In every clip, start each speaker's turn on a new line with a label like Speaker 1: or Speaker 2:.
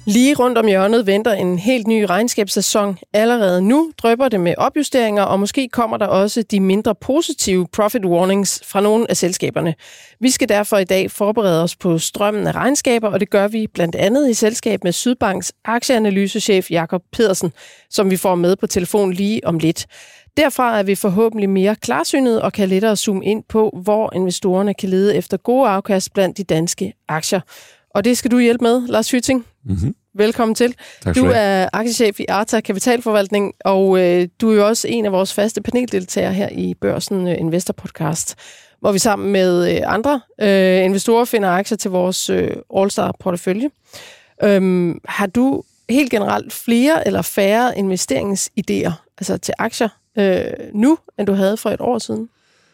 Speaker 1: Lige rundt om hjørnet venter en helt ny regnskabssæson. Allerede nu drypper det med opjusteringer, og måske kommer der også de mindre positive profit warnings fra nogle af selskaberne. Vi skal derfor i dag forberede os på strømmen af regnskaber, og det gør vi blandt andet i selskab med Sydbanks aktieanalysechef Jakob Pedersen, som vi får med på telefon lige om lidt. Derfra er vi forhåbentlig mere klarsynet og kan lettere zoome ind på, hvor investorerne kan lede efter gode afkast blandt de danske aktier. Og det skal du hjælpe med, Lars Hytting. Mm-hmm. Velkommen til. Du er aktiechef i Arta Kapitalforvaltning, og du er jo også en af vores faste paneldeltagere her i Børsen Investor Podcast, hvor vi sammen med andre investorer finder aktier til vores All-Star-portefølje. Har du helt generelt flere eller færre investeringsidéer altså til aktier nu, end du havde for et år siden?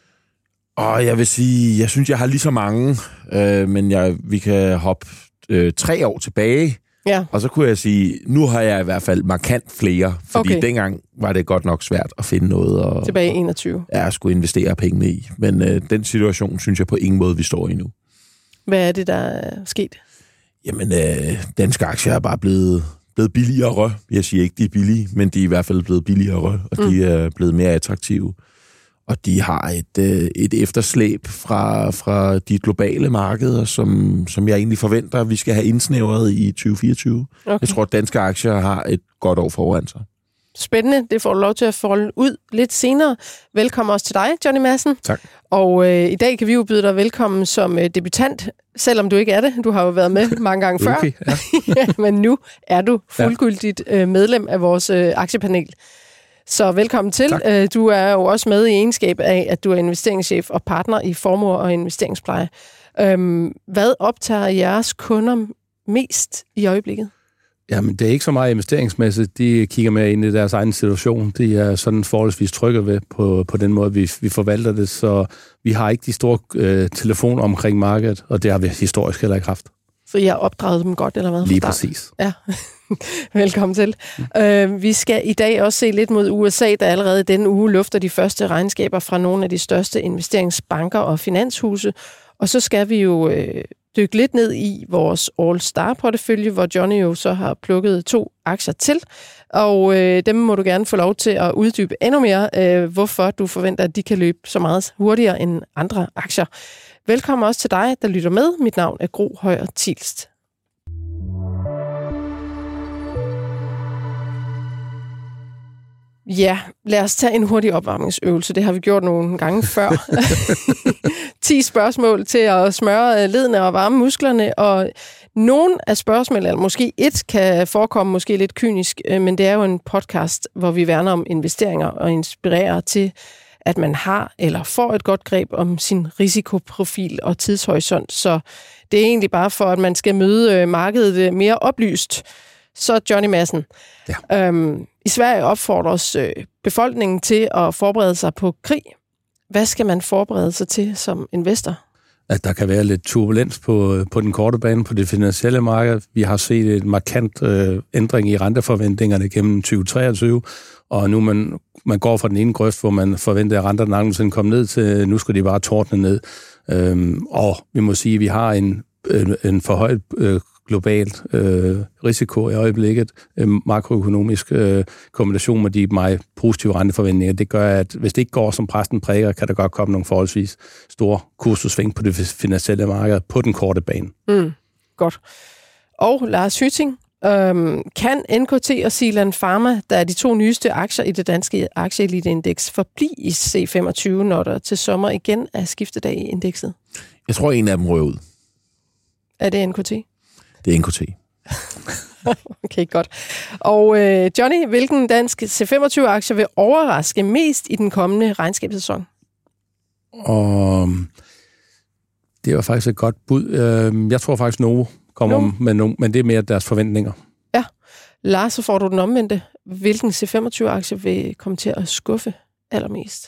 Speaker 2: Og jeg vil sige, jeg synes, jeg har lige så mange, men vi kan hoppe 3 år tilbage, ja. Og så kunne jeg sige, nu har jeg i hvert fald markant flere, fordi dengang var det godt nok svært at finde noget.
Speaker 1: Tilbage i 21.
Speaker 2: Ja, jeg skulle investere pengene i, men den situation synes jeg på ingen måde, vi står i nu.
Speaker 1: Hvad er det, der er sket?
Speaker 2: Jamen, danske aktier er bare blevet billigere. Jeg siger ikke, de er billige, men de er i hvert fald blevet billigere, og de er blevet mere attraktive. Og de har et efterslæb fra de globale markeder, som jeg egentlig forventer, at vi skal have indsnævret i 2024. Okay. Jeg tror, at danske aktier har et godt år foran sig.
Speaker 1: Spændende. Det får du lov til at folde ud lidt senere. Velkommen også til dig, Johnny Madsen.
Speaker 2: Tak.
Speaker 1: Og i dag kan vi jo byde dig velkommen som debutant, selvom du ikke er det. Du har jo været med mange gange før.
Speaker 2: Ja.
Speaker 1: Ja, men nu er du fuldgyldigt medlem af vores aktiepanel. Så velkommen til. Tak. Du er jo også med i egenskab af, at du er investeringschef og partner i formue og investeringspleje. Hvad optager jeres kunder mest i øjeblikket?
Speaker 3: Jamen, det er ikke så meget investeringsmæssigt. De kigger mere ind i deres egen situation. De er sådan forholdsvis trygge ved på den måde, vi forvalter det. Så vi har ikke de store telefoner omkring markedet, og det har vi historisk heller ikke haft.
Speaker 1: Så I har opdraget dem godt, eller hvad?
Speaker 3: Lige præcis.
Speaker 1: Ja, velkommen til. Vi skal i dag også se lidt mod USA, der allerede denne uge lufter de første regnskaber fra nogle af de største investeringsbanker og finanshuse. Og så skal vi jo dykke lidt ned i vores All-Star-portefølje, hvor Johnny jo så har plukket 2 aktier til. Og dem må du gerne få lov til at uddybe endnu mere, hvorfor du forventer, at de kan løbe så meget hurtigere end andre aktier. Velkommen også til dig, der lytter med. Mit navn er Gro Højer Thielst. Ja, lad os tage en hurtig opvarmningsøvelse. Det har vi gjort nogle gange før. 10 spørgsmål til at smøre ledene og varme musklerne, og nogle af spørgsmålene, eller måske et, kan forekomme måske lidt kynisk, men det er jo en podcast, hvor vi værner om investeringer og inspirerer til, at man har eller får et godt greb om sin risikoprofil og tidshorisont. Så det er egentlig bare for, at man skal møde markedet mere oplyst. Så Johnny Madsen. Ja. I Sverige opfordres befolkningen til at forberede sig på krig. Hvad skal man forberede sig til som investor?
Speaker 3: At der kan være lidt turbulens på den korte bane på det finansielle marked. Vi har set et markant ændring i renteforventningerne gennem 2023, og nu man går fra den ene grøft, hvor man forventer, at renterne nærmest kommer ned til, nu skal de bare tordne ned. Og vi må sige, at vi har en forhøjet globalt risiko i øjeblikket, makroøkonomisk kombination med de meget positive renteforventninger. Det gør, at hvis det ikke går, som præsten prædiker, kan der godt komme nogle forholdsvis store kursudsving på det finansielle marked på den korte bane.
Speaker 1: Godt. Og Lars Hytting, kan NKT og Zealand Pharma, der er de 2 nyeste aktier i det danske aktieeliteindeks, forblive i C25, når der til sommer igen er skiftedag i indekset?
Speaker 2: Jeg tror, en af dem rører ud.
Speaker 1: Er det NKT?
Speaker 2: Det er NKT.
Speaker 1: Okay, godt. Og Johnny, hvilken dansk C25-aktie vil overraske mest i den kommende regnskabssæson?
Speaker 3: Det var faktisk et godt bud. Jeg tror faktisk, Novo kommer med nogle, men det er mere deres forventninger.
Speaker 1: Ja. Lars, så får du den omvendte. Hvilken C25-aktie vil komme til at skuffe allermest?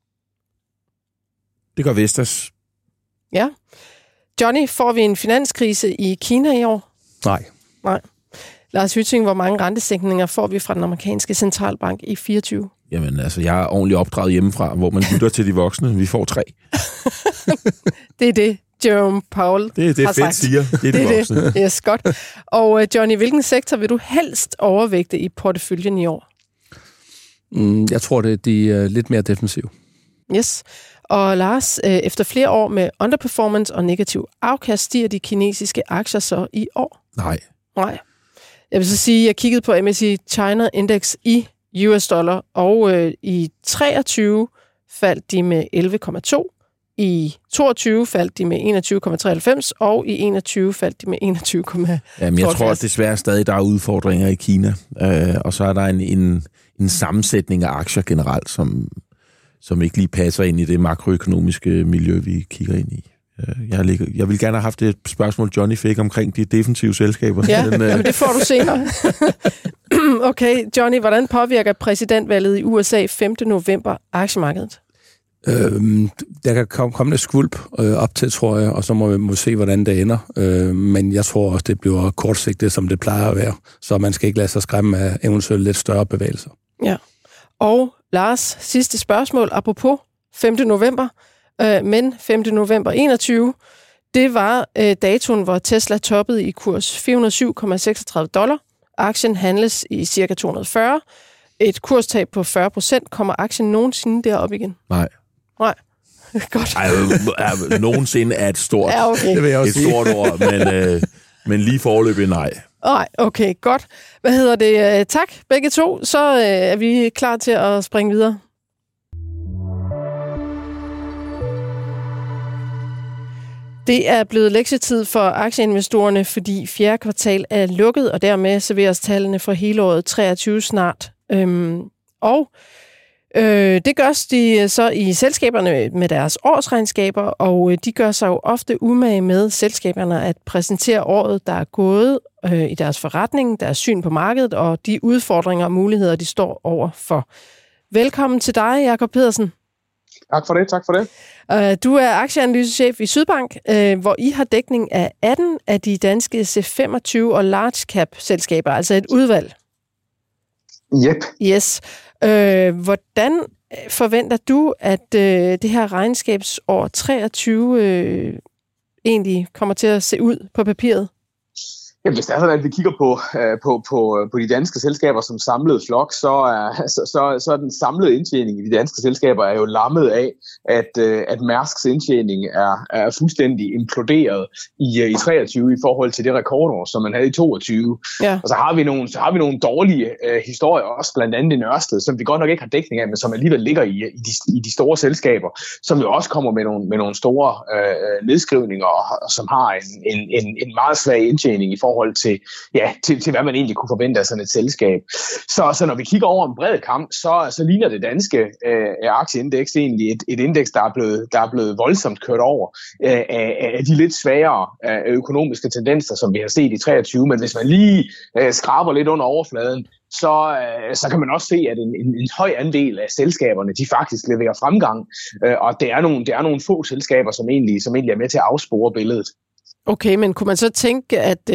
Speaker 2: Det gør Vestas.
Speaker 1: Ja. Johnny, får vi en finanskrise i Kina i år?
Speaker 3: Nej.
Speaker 1: Lars Hytting, hvor mange rentesænkninger får vi fra den amerikanske centralbank i 24?
Speaker 2: Jamen, altså, jeg er ordentligt opdraget hjemmefra, hvor man lytter til de voksne. Vi får 3.
Speaker 1: Det er det, Jerome Powell
Speaker 2: det
Speaker 1: har
Speaker 2: fedt
Speaker 1: sagt.
Speaker 2: siger. Det er voksne.
Speaker 1: Yes, godt. Og Johnny, hvilken sektor vil du helst overvægte i porteføljen i år?
Speaker 3: Jeg tror, de er lidt mere defensive.
Speaker 1: Yes. Og Lars, efter flere år med underperformance og negativ afkast, stiger de kinesiske aktier så i år?
Speaker 2: Nej.
Speaker 1: Jeg vil så sige, at jeg kiggede på MSCI China Index i US dollar, og i 23 faldt de med 11,2, i 22 faldt de med 21,93, og i 21 faldt de med 21,72.
Speaker 2: Jamen, jeg tror desværre stadig, der er udfordringer i Kina, og så er der en sammensætning af aktier generelt, som ikke lige passer ind i det makroøkonomiske miljø, vi kigger ind i. Jeg vil gerne have haft et spørgsmål, Johnny fik omkring de defensive selskaber.
Speaker 1: Ja, men det får du senere. Okay, Johnny, hvordan påvirker præsidentvalget i USA 5. november aktiemarkedet?
Speaker 3: Der kan komme lidt skvulp op til, tror jeg, og så må vi se, hvordan det ender. Men jeg tror også, det bliver kortsigtet, som det plejer at være. Så man skal ikke lade sig skræmme af eventuelt lidt større bevægelser.
Speaker 1: Ja. Og Lars, sidste spørgsmål, apropos 5. november, men 5. november 21, det var datoen, hvor Tesla toppede i kurs $407,36. Aktien handles i ca. 240. Et kurstab på 40%. Kommer aktien nogensinde derop igen?
Speaker 2: Nej.
Speaker 1: Godt.
Speaker 2: Nogensinde er et stort,
Speaker 1: ja, okay.
Speaker 2: Det vil jeg også sige. Stort ord, men lige foreløbig nej.
Speaker 1: Nej, okay, godt. Hvad hedder det? Tak, begge to. Så er vi klar til at springe videre. Det er blevet lektietid for aktieinvestorerne, fordi fjerde kvartal er lukket, og dermed serveres tallene for hele året 23 snart. Det gør de så i selskaberne med deres årsregnskaber, og de gør sig jo ofte umage med selskaberne at præsentere året, der er gået i deres forretning, deres syn på markedet og de udfordringer og muligheder, de står over for. Velkommen til dig, Jakob Pedersen.
Speaker 4: Tak for det.
Speaker 1: Du er aktieanalysechef i Sydbank, hvor I har dækning af 18 af de danske C25 og large cap selskaber, altså et udvalg.
Speaker 4: Yep.
Speaker 1: Yes. Hvordan forventer du, at det her regnskabsår 23 egentlig kommer til at se ud på papiret?
Speaker 4: Jamen, hvis det er sådan, at vi kigger på de danske selskaber som samlet flok, så er den samlede indtjening i de danske selskaber er jo lammet af, at Mærsks indtjening er fuldstændig imploderet i 23 i forhold til det rekordår, som man havde i 22. Ja. Og så har vi nogle dårlige historier også, blandt andet i Ørsted, som vi godt nok ikke har dækning af, men som alligevel ligger i de store selskaber, som jo også kommer med nogle store nedskrivninger, og som har en meget svag indtjening i forhold til hvad man egentlig kunne forvente af sådan et selskab. Så når vi kigger over en bred kamp, så ligner det danske aktieindeks egentlig et indeks, der er blevet voldsomt kørt over af de lidt svagere økonomiske tendenser, som vi har set i 23. Men hvis man lige skraber lidt under overfladen, så kan man også se, at en høj andel af selskaberne, de faktisk leverer fremgang, og det er nogle få selskaber, som egentlig er med til at afspore billedet.
Speaker 1: Okay, men kunne man så tænke, at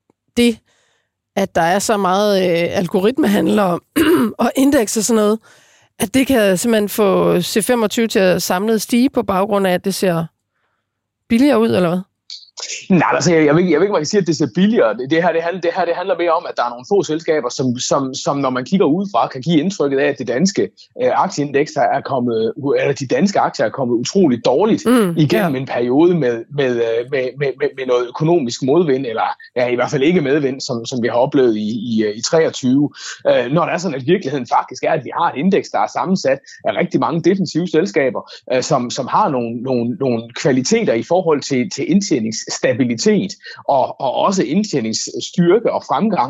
Speaker 1: at der er så meget algoritmehandler og indeks og sådan noget, at det kan simpelthen få C25 til at samlet stige på baggrund af, at det ser billigere ud, eller hvad?
Speaker 4: Nej, altså jeg ved ikke, man kan sige, at det ser billigere. Det her handler mere om, at der er nogle få selskaber, som når man kigger udefra, kan give indtrykket af, at det danske aktieindeks eller de danske aktier er kommet utroligt dårligt igennem en periode med noget økonomisk modvind, eller i hvert fald ikke medvind, som vi har oplevet i 23. Når det er sådan, at virkeligheden faktisk er, at vi har et indeks, der er sammensat af rigtig mange defensive selskaber, som har nogle kvaliteter i forhold til indtjeningsstabilitet og også indtjeningsstyrke og fremgang,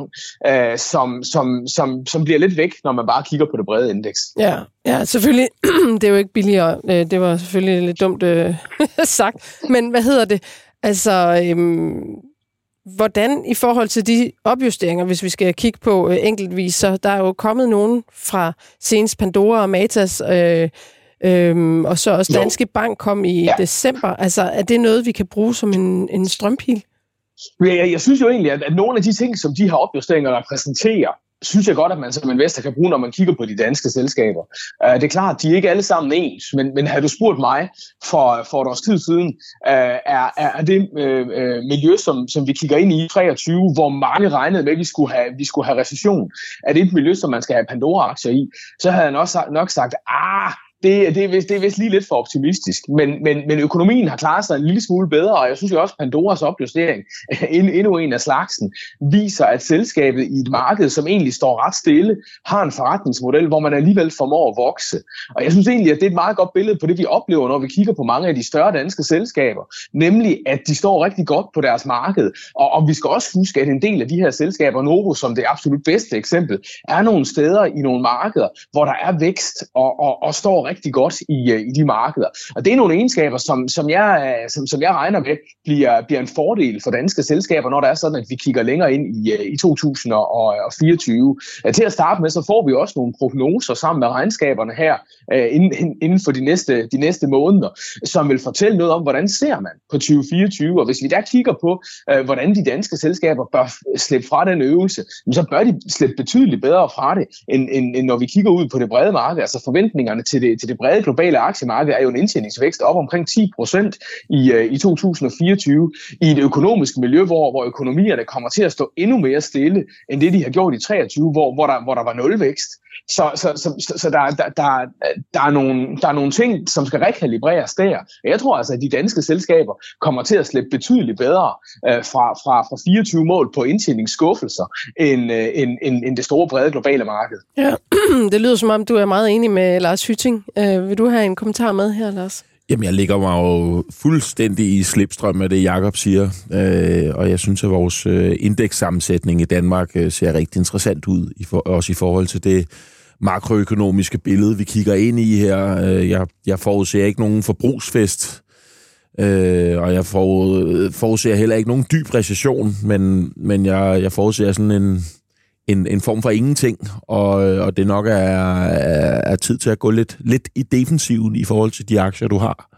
Speaker 4: som bliver lidt væk, når man bare kigger på det brede indeks.
Speaker 1: Ja, selvfølgelig. Det er jo ikke billigere. Det var selvfølgelig lidt dumt sagt. Men hvad hedder det? Altså, hvordan i forhold til de opjusteringer, hvis vi skal kigge på enkeltvis, så der er jo kommet nogen fra senest Pandora og Matas, og så også Danske Bank kom i december. Altså, er det noget, vi kan bruge som en strømpil?
Speaker 4: Jeg synes jo egentlig, at nogle af de ting, som de her opjusteringer, der præsenterer, synes jeg godt, at man som investor kan bruge, når man kigger på de danske selskaber. Det er klart, at de er ikke alle sammen ens, men havde du spurgt mig for et års tid siden, er det miljø, som vi kigger ind i 23, hvor mange regnede med, at vi skulle have recession, er det et miljø, som man skal have Pandora-aktier i, så havde jeg nok sagt, det er vist lige lidt for optimistisk, men økonomien har klaret sig en lille smule bedre, og jeg synes jo også, at Pandoras opjustering, endnu en af slagsen, viser, at selskabet i et marked, som egentlig står ret stille, har en forretningsmodel, hvor man alligevel formår at vokse. Og jeg synes egentlig, at det er et meget godt billede på det, vi oplever, når vi kigger på mange af de større danske selskaber, nemlig at de står rigtig godt på deres marked. Og vi skal også huske, at en del af de her selskaber, Novo som det absolut bedste eksempel, er nogle steder i nogle markeder, hvor der er vækst og står rigtig godt i de markeder. Og det er nogle egenskaber, som jeg regner med, bliver en fordel for danske selskaber, når det er sådan, at vi kigger længere ind i 2024. Til at starte med, så får vi også nogle prognoser sammen med regnskaberne her inden for de næste måneder, som vil fortælle noget om, hvordan ser man på 2024. Og hvis vi der kigger på, hvordan de danske selskaber bør slippe fra den øvelse, så bør de slippe betydeligt bedre fra det, end når vi kigger ud på det brede marked. Altså forventningerne til det brede globale aktiemarked er jo en indtjeningsvækst op omkring 10% i 2024 i et økonomisk miljø, hvor økonomierne kommer til at stå endnu mere stille, end det de har gjort i 23, hvor der var nulvækst. Så der er nogle ting, som skal rekalibreres der. Jeg tror altså, at de danske selskaber kommer til at slippe betydeligt bedre fra 24 mål på indtjeningsskuffelser end det store brede globale marked. Ja,
Speaker 1: det lyder som om, du er meget enig med Lars Hytting. Vil du have en kommentar med her, Lars?
Speaker 2: Jamen, jeg ligger mig jo fuldstændig i slipstrøm af det, Jakob siger. Og jeg synes, at vores indekssammensætning i Danmark ser rigtig interessant ud, også i forhold til det makroøkonomiske billede, vi kigger ind i her. Jeg forudser ikke nogen forbrugsfest, og jeg forudser heller ikke nogen dyb recession, men jeg forudser sådan en form for ingenting, og det nok er tid til at gå lidt i defensiven i forhold til de aktier, du har.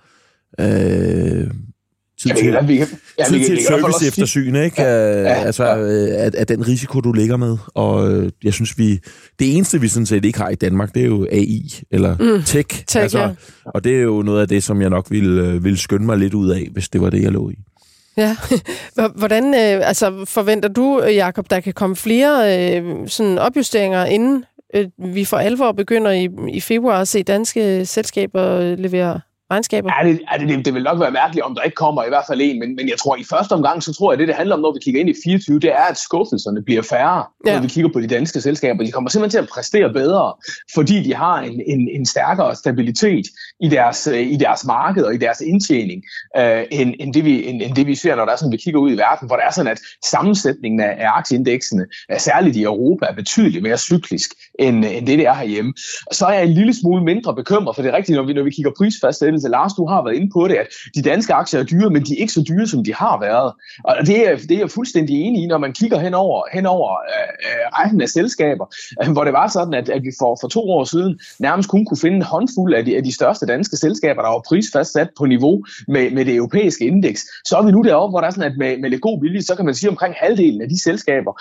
Speaker 2: Tid til service eftersyn, ikke? Af den risiko, du ligger med. Og jeg synes, det eneste, vi sådan set ikke har i Danmark, det er jo AI, eller tech.
Speaker 1: Ja.
Speaker 2: Og det er jo noget af det, som jeg nok ville skynde mig lidt ud af, hvis det var det, jeg lå i.
Speaker 1: Ja, hvordan forventer du, Jakob, der kan komme flere sådan opjusteringer, inden vi for alvor begynder i februar at se danske selskaber levere regnskaber?
Speaker 4: Det vil nok være mærkeligt, om der ikke kommer i hvert fald en, men jeg tror i første omgang, så tror jeg, det handler om, når vi kigger ind i 24, det er, at skuffelserne bliver færre, når vi kigger på de danske selskaber. De kommer simpelthen til at præstere bedre, fordi de har en stærkere stabilitet i deres marked og i deres indtjening, end det vi ser, når der er sådan, vi kigger ud i verden, hvor der er sådan, at sammensætningen af aktieindeksene, særligt i Europa, er betydeligt mere cyklisk, end det er herhjemme. Og så er jeg en lille smule mindre bekymret, for det er rigtigt, når vi kigger prisfastsættelse. Lars, du har været inde på det, at de danske aktier er dyre, men de er ikke så dyre, som de har været. Og det er jeg fuldstændig enig i, når man kigger henover rækken af selskaber, hvor det var sådan, at vi for 2 år siden nærmest kun kunne finde en håndfuld af de største danske selskaber, der var prisfastsat på niveau med det europæiske indeks. Så er vi nu deroppe, hvor der er sådan, at med lidt god vilje, så kan man sige omkring halvdelen af de selskaber,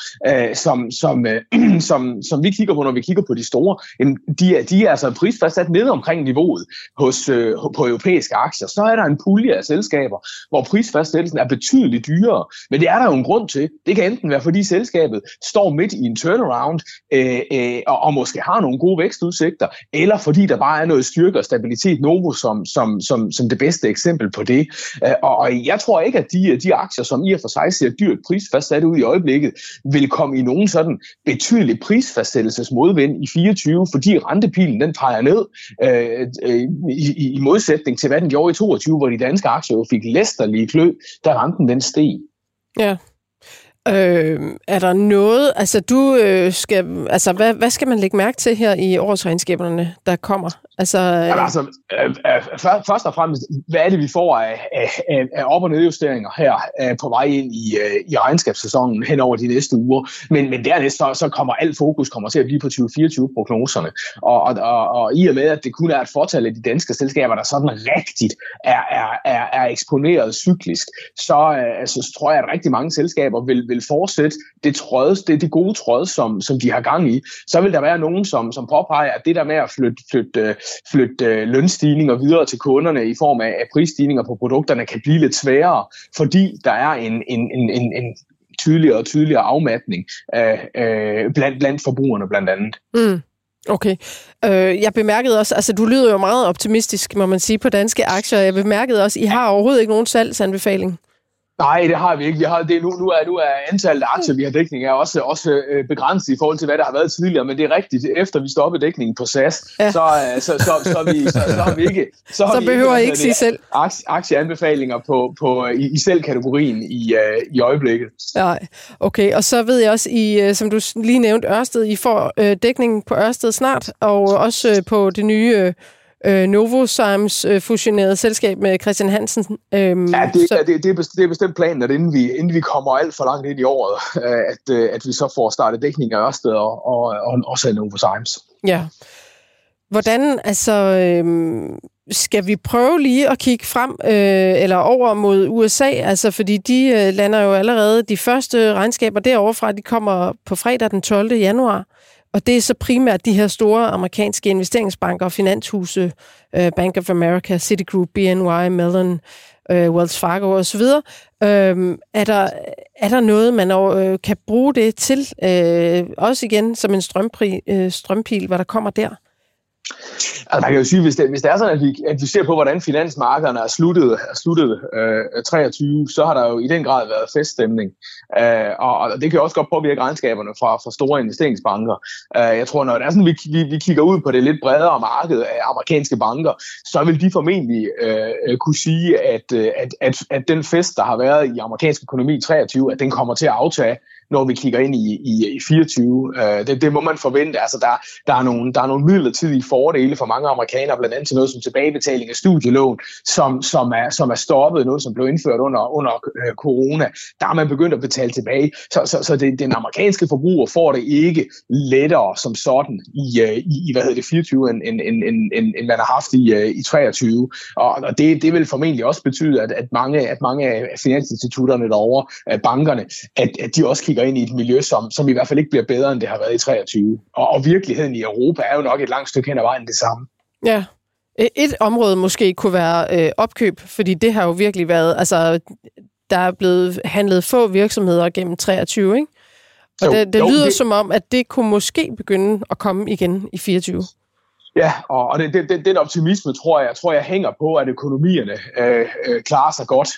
Speaker 4: som vi kigger på, når vi kigger på de store, de er altså prisfastsat ned omkring niveauet på europæiske aktier. Så er der en pulje af selskaber, hvor prisfastsættelsen er betydeligt dyrere. Men det er der jo en grund til. Det kan enten være, fordi selskabet står midt i en turnaround og måske har nogle gode vækstudsigter, eller fordi der bare er noget styrke og stabilitet. Novo som det bedste eksempel på det. Og jeg tror ikke, at de aktier, som i og for sig ser dyrt prisfastsat ud i øjeblikket, vil komme i nogen sådan betydelig prisfastsættelsesmodvind i 24, fordi rentepilen den peger ned i modsætning til, hvad den gjorde i 22, hvor de danske aktier jo fik læsterlige klø, da renten den steg.
Speaker 1: Ja. Er der noget, hvad skal man lægge mærke til her i årsregnskaberne, der kommer?
Speaker 4: Først og fremmest, hvad er det, vi får af op- og nedjusteringer her på vej ind i regnskabssæsonen hen over de næste uger. Men dernæst så kommer alt fokus til at blive på 2024-prognoserne. Og i og med, at det kun er et fortal af de danske selskaber, der sådan rigtigt er eksponeret cyklisk, så tror jeg, at rigtig mange selskaber vil vil fortsætte det gode tråd, som de har gang i, så vil der være nogen, som påpeger, at det der med at flytte lønstigninger videre til kunderne i form af prisstigninger på produkterne kan blive lidt sværere, fordi der er en tydeligere afmatning blandt forbrugerne blandt andet.
Speaker 1: Okay. Jeg bemærkede også, altså du lyder jo meget optimistisk, må man sige, på danske aktier. Jeg bemærkede også, I har overhovedet ikke nogen salgsanbefaling.
Speaker 4: Nej, det har vi ikke. Nu er antallet af aktier, vi har dækning, er også begrænset i forhold til, hvad der har været tidligere. Men det er rigtigt. Efter vi stoppede dækningen på SAS, så har vi ikke...
Speaker 1: Så behøver I ikke sige selv.
Speaker 4: Aktieanbefalinger i selv-kategorien i øjeblikket.
Speaker 1: Nej, okay. Og så ved jeg også, I, som du lige nævnte, Ørsted, I får dækningen på Ørsted snart, og også på det nye... Novozymes fusionerede selskab med Christian Hansen.
Speaker 4: Det er bestemt planen, at inden vi kommer alt for langt ind i året, at vi så får startet dækning af Ørsted og også af Novozymes.
Speaker 1: Ja. Hvordan, skal vi prøve lige at kigge frem eller over mod USA, altså fordi de lander jo allerede de første regnskaber derovre fra, de kommer på fredag den 12. januar. Og det er så primært de her store amerikanske investeringsbanker og finanshuse, Bank of America, Citigroup, BNY, Mellon, Wells Fargo osv. Er der noget, man kan bruge det til? Også igen som en strømpil, hvad der kommer der?
Speaker 4: Altså man kan jo sige, hvis det er sådan, at vi ser på, hvordan finansmarkederne er sluttet 23, så har der jo i den grad været feststemning. Og det kan også godt påvirke regnskaberne fra store investeringsbanker. Jeg tror, når det er sådan, vi kigger ud på det lidt bredere marked af amerikanske banker, så vil de formentlig kunne sige, at den fest, der har været i amerikansk økonomi 23, at den kommer til at aftage, når vi kigger ind i 24. Det må man forvente. Altså, der er nogle midlertidige fordele for mange amerikanere, blandt andet til noget som tilbagebetaling af studielån, som er stoppet, noget som blev indført under corona. Der er man begyndt at betale tilbage. Så den amerikanske forbruger får det ikke lettere som sådan i 24, end man har haft i 23. Og det vil formentlig også betyde, at mange af finansinstitutterne derovre, bankerne, at de også kigger ind i et miljø, som i hvert fald ikke bliver bedre, end det har været i 23. Og virkeligheden i Europa er jo nok et langt stykke hen ad vejen det samme.
Speaker 1: Ja. Et område måske kunne være opkøb, fordi det har jo virkelig været, altså der er blevet handlet få virksomheder gennem 23, ikke? Og det lyder som om, at det kunne måske begynde at komme igen i 24.
Speaker 4: Ja, og den optimisme, tror jeg hænger på, at økonomierne klarer sig godt,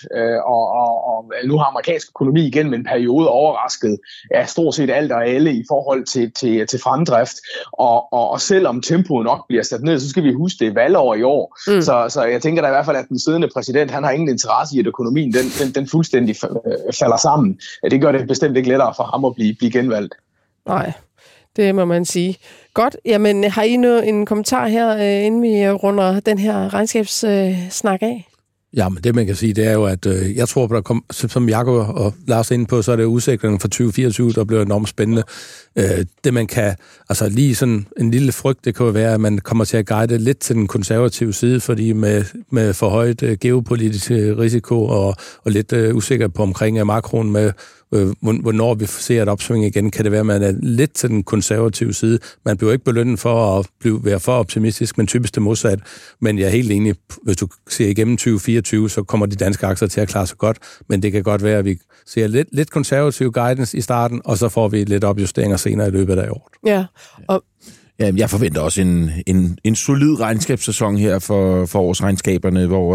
Speaker 4: og nu har amerikansk økonomi igen med en periode overrasket stort set alt og alle i forhold til fremdrift, og selvom tempoet nok bliver sat ned, så skal vi huske, det er valgår i år, så jeg tænker da i hvert fald, at den siddende præsident, han har ingen interesse i, at økonomien den fuldstændig falder sammen. Det gør det bestemt ikke lettere for ham at blive genvalgt.
Speaker 1: Nej. Det må man sige. Godt. Jamen, har I en kommentar her, inden vi runder den her regnskabssnak af?
Speaker 3: Ja, men det man kan sige, det er jo, at jeg tror på, som Jakob og Lars er inde på, så er det udsigterne for 2024, der bliver enormt spændende. Det man kan, altså lige sådan en lille frygt, det kan jo være, at man kommer til at guide lidt til den konservative side, fordi med for højt geopolitisk risiko og lidt usikker på omkring makroen med hvornår vi ser et opsving igen, kan det være, at man er lidt til den konservative side. Man bliver ikke belønnet for at være for optimistisk, men typisk det modsat. Men jeg er helt enig, hvis du ser igennem 2024, så kommer de danske aktier til at klare sig godt, men det kan godt være, at vi ser lidt konservativ guidance i starten, og så får vi lidt opjusteringer senere i løbet af året.
Speaker 1: Ja, og
Speaker 2: ja, jeg forventer også en solid regnskabssæson her for årsregnskaberne, hvor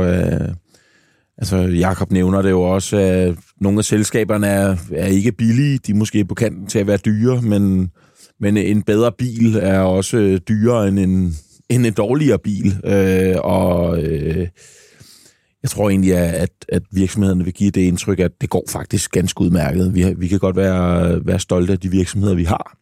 Speaker 2: Jakob nævner det jo også, at nogle af selskaberne er ikke billige, de er måske på kanten til at være dyre, men en bedre bil er også dyrere end en dårligere bil, jeg tror egentlig, at virksomhederne vil give det indtryk, at det går faktisk ganske udmærket. Vi kan godt være stolte af de virksomheder, vi har,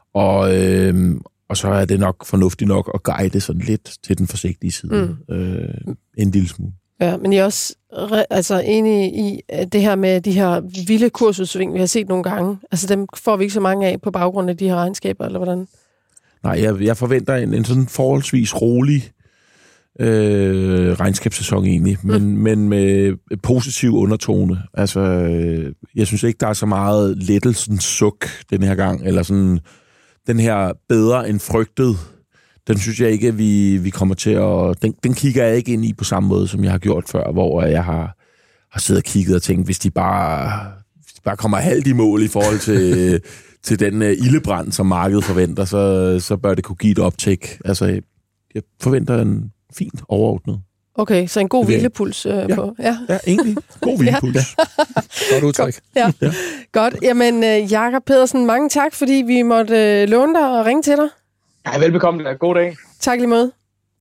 Speaker 2: og så er det nok fornuftigt nok at guide sådan lidt til den forsigtige side, en lille smule.
Speaker 1: Ja, men jeg er også enige i det her med de her vilde kursudsving, vi har set nogle gange. Altså dem får vi ikke så mange af på baggrund af de her regnskaber, eller hvordan?
Speaker 2: Nej, jeg forventer en sådan forholdsvis rolig regnskabssæson egentlig, men med positiv undertone. Altså, jeg synes ikke, der er så meget lettelsens suk den her gang, eller sådan den her bedre end frygtet. Den synes jeg ikke, at vi kommer til at... Den kigger jeg ikke ind i på samme måde, som jeg har gjort før, hvor jeg har siddet og kigget og tænkt, hvis de bare kommer halvt i mål i forhold til den ildebrand, som markedet forventer, så bør det kunne give et optæk. Altså, jeg forventer en fint overordnet.
Speaker 1: Okay, så en god hvilepuls på.
Speaker 2: Ja, egentlig. God hvilepuls.
Speaker 3: Godt udtryk.
Speaker 1: Ja. Godt. Jamen, Jakob Pedersen, mange tak, fordi vi måtte låne dig og ringe til dig.
Speaker 4: Ja, velbekomme. God dag.
Speaker 1: Tak lige måde.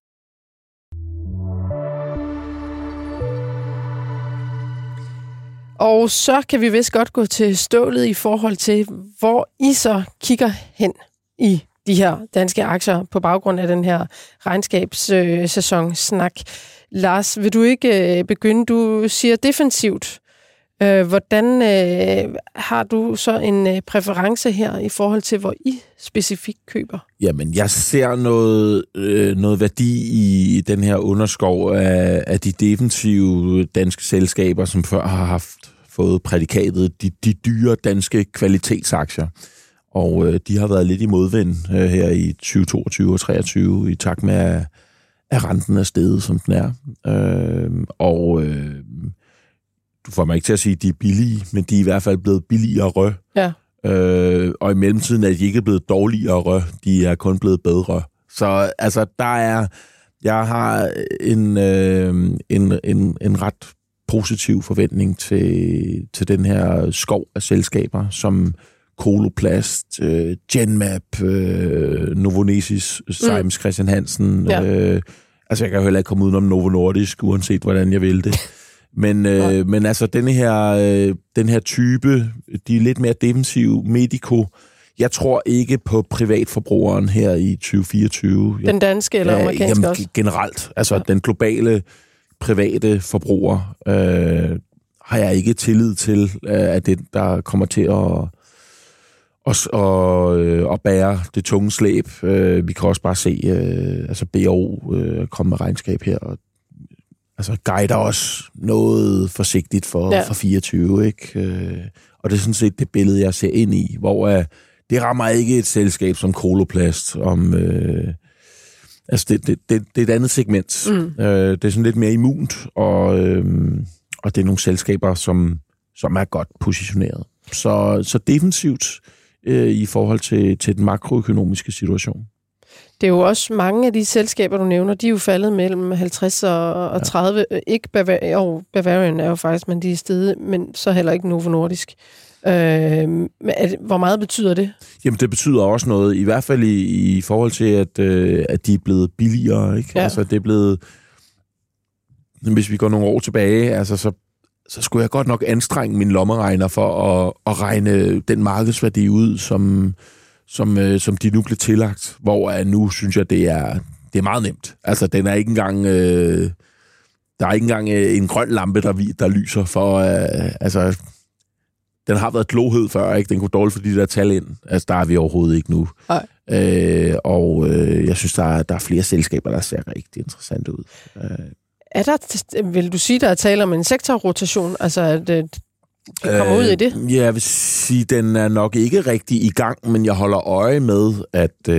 Speaker 1: Og så kan vi vist godt gå til stålet i forhold til, hvor I så kigger hen i de her danske aktier på baggrund af den her regnskabssæson-snak. Lars, vil du ikke begynde? Du siger defensivt. Hvordan har du så en præference her i forhold til, hvor I specifikt køber?
Speaker 2: Jamen, jeg ser noget værdi i den her underskov af de defensive danske selskaber, som før har fået prædikatet de dyre danske kvalitetsaktier. Og de har været lidt i modvind her i 2022 og 2023 i takt med, at renten er steget, som den er. Du får mig ikke til at sige, at de er billige, men de er i hvert fald blevet billigere.
Speaker 1: Ja.
Speaker 2: Og i mellemtiden er de ikke blevet dårligere. De er kun blevet bedre. Så altså, jeg har en ret positiv forventning til den her skov af selskaber, som Coloplast, Genmap, Novonesis, Siemens Christian Hansen. Ja. Altså, jeg kan jo heller ikke komme udenom Novo Nordisk, uanset hvordan jeg vil det. Men altså, den her type, de er lidt mere defensive, Medico. Jeg tror ikke på privatforbrugeren her i 2024.
Speaker 1: Den danske eller amerikanske også?
Speaker 2: Generelt. Altså, den globale private forbruger har jeg ikke tillid til, at det, der kommer til at bære det tunge slæb. Vi kan også bare se, altså BO komme med regnskab her, og altså guider også noget forsigtigt for 24, ikke? Og det er sådan set det billede, jeg ser ind i, hvor det rammer ikke et selskab som Coloplast, altså det er et andet segment. Det er sådan lidt mere immunt, og det er nogle selskaber, som er godt positioneret. Så defensivt i forhold til den makroøkonomiske situation.
Speaker 1: Det er jo også mange af de selskaber, du nævner, de er jo faldet mellem 50 og 30. Ja. Ikke Bavarian er jo faktisk, men de er steget, men så heller ikke Novo Nordisk. Hvor meget betyder det? Jamen, det
Speaker 2: betyder også noget, i hvert fald i forhold til, at de er blevet billigere. Ikke? Ja. Altså, det er blevet... Hvis vi går nogle år tilbage, altså, så skulle jeg godt nok anstrenge min lommeregner for at regne den markedsværdi ud, som de nu blev tillagt. Hvor nu synes jeg, det er meget nemt. Altså, den er ikke engang... der er ikke engang en grøn lampe, der lyser for... altså, den har været glohed før, ikke? Den kunne dårligt få de der tal ind. Altså, der er vi overhovedet ikke nu. Jeg synes, der er flere selskaber, der ser rigtig interessant ud.
Speaker 1: Vil du sige, der er tale om en sektorrotation? Altså, at det kommer ud i det?
Speaker 2: Ja, jeg vil sige, den er nok ikke rigtig i gang, men jeg holder øje med, at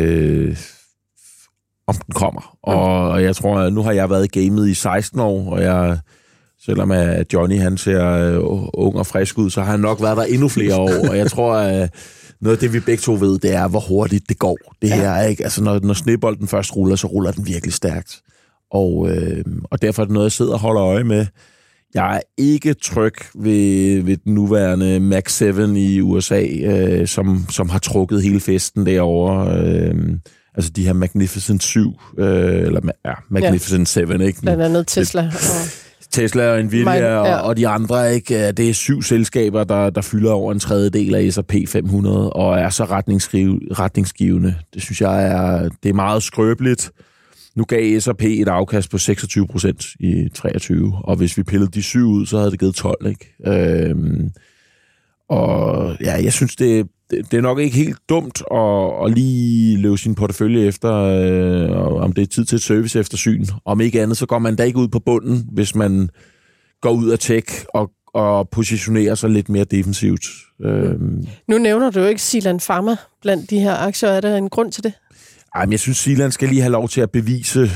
Speaker 2: om den kommer. Og jeg tror, at nu har jeg været i gamet i 16 år, og selvom at Johnny han ser ung og frisk ud, så har han nok været der endnu flere år. Og jeg tror, at noget af det, vi begge to ved, det er, hvor hurtigt det går. Det her er ikke... Altså, når snebolden først ruller, så ruller den virkelig stærkt. Og derfor er det noget, jeg sidder og holder øje med. Jeg er ikke tryg ved den nuværende Max 7 i USA, som har trukket hele festen derovre. Altså de her Magnificent 7, Magnificent 7, ikke?
Speaker 1: Blandt andet Tesla.
Speaker 2: Tesla og Nvidia og de andre, ikke? Det er 7 selskaber, der fylder over en tredjedel af S&P 500 og er så retningsgivende. Det synes jeg det er meget skrøbeligt. Nu gav S&P et afkast på 26% i 23, og hvis vi pillede de 7 ud, så havde det givet 12, ikke? Og ja, jeg synes, det det er nok ikke helt dumt at lige løbe sin portefølje efter, om det er tid til et serviceeftersyn. Om ikke andet, så går man da ikke ud på bunden, hvis man går ud af tech og positionerer sig lidt mere defensivt.
Speaker 1: Nu nævner du jo ikke Zealand Pharma blandt de her aktier. Er der en grund til det?
Speaker 2: Ej, men jeg synes, Zealand skal lige have lov til at bevise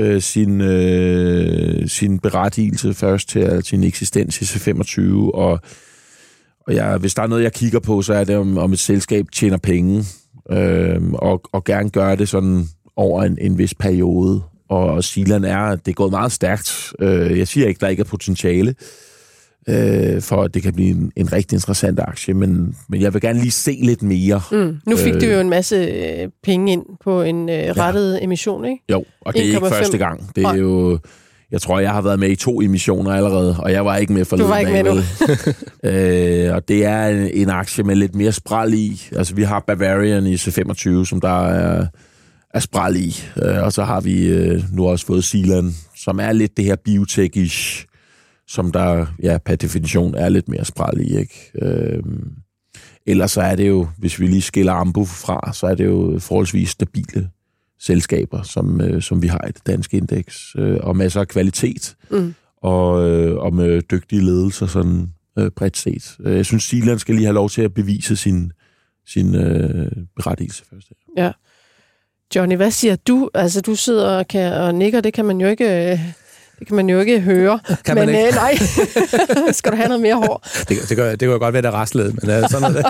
Speaker 2: sin berettigelse først til sin eksistens i C25, og hvis der er noget, jeg kigger på, så er det, om et selskab tjener penge, og gerne gør det sådan over en vis periode. Og Zealand det er gået meget stærkt. Jeg siger ikke, der ikke er potentiale, for at det kan blive en rigtig interessant aktie, men jeg vil gerne lige se lidt mere.
Speaker 1: Nu fik du jo en masse penge ind på en rettet emission, ikke?
Speaker 2: Jo, og det er ikke første gang. Det er jo... Jeg tror, jeg har været med i 2 emissioner allerede, og jeg var ikke med forleden.
Speaker 1: Du var ikke med nu.
Speaker 2: Og det er en aktie med lidt mere spral i. Altså, vi har Bavarian i C25, som der er spral i. Og så har vi nu også fået Zealand, som er lidt det her biotech-ish, som der per definition er lidt mere spral i, ikke? Ellers så er det jo, hvis vi lige skiller Ambu fra, så er det jo forholdsvis stabile selskaber, som vi har i det danske indeks, og masser af kvalitet, og med dygtige ledelser, sådan bredt set. Jeg synes, Zealand skal lige have lov til at bevise sin berettigelse først.
Speaker 1: Ja. Johnny, hvad siger du? Altså, du sidder og nikker, det kan man jo ikke... Det kan man jo ikke høre.
Speaker 3: Kan man ikke?
Speaker 1: Nej, skal du have noget mere hår?
Speaker 3: Det kan jo godt være, der raslede, men sådan er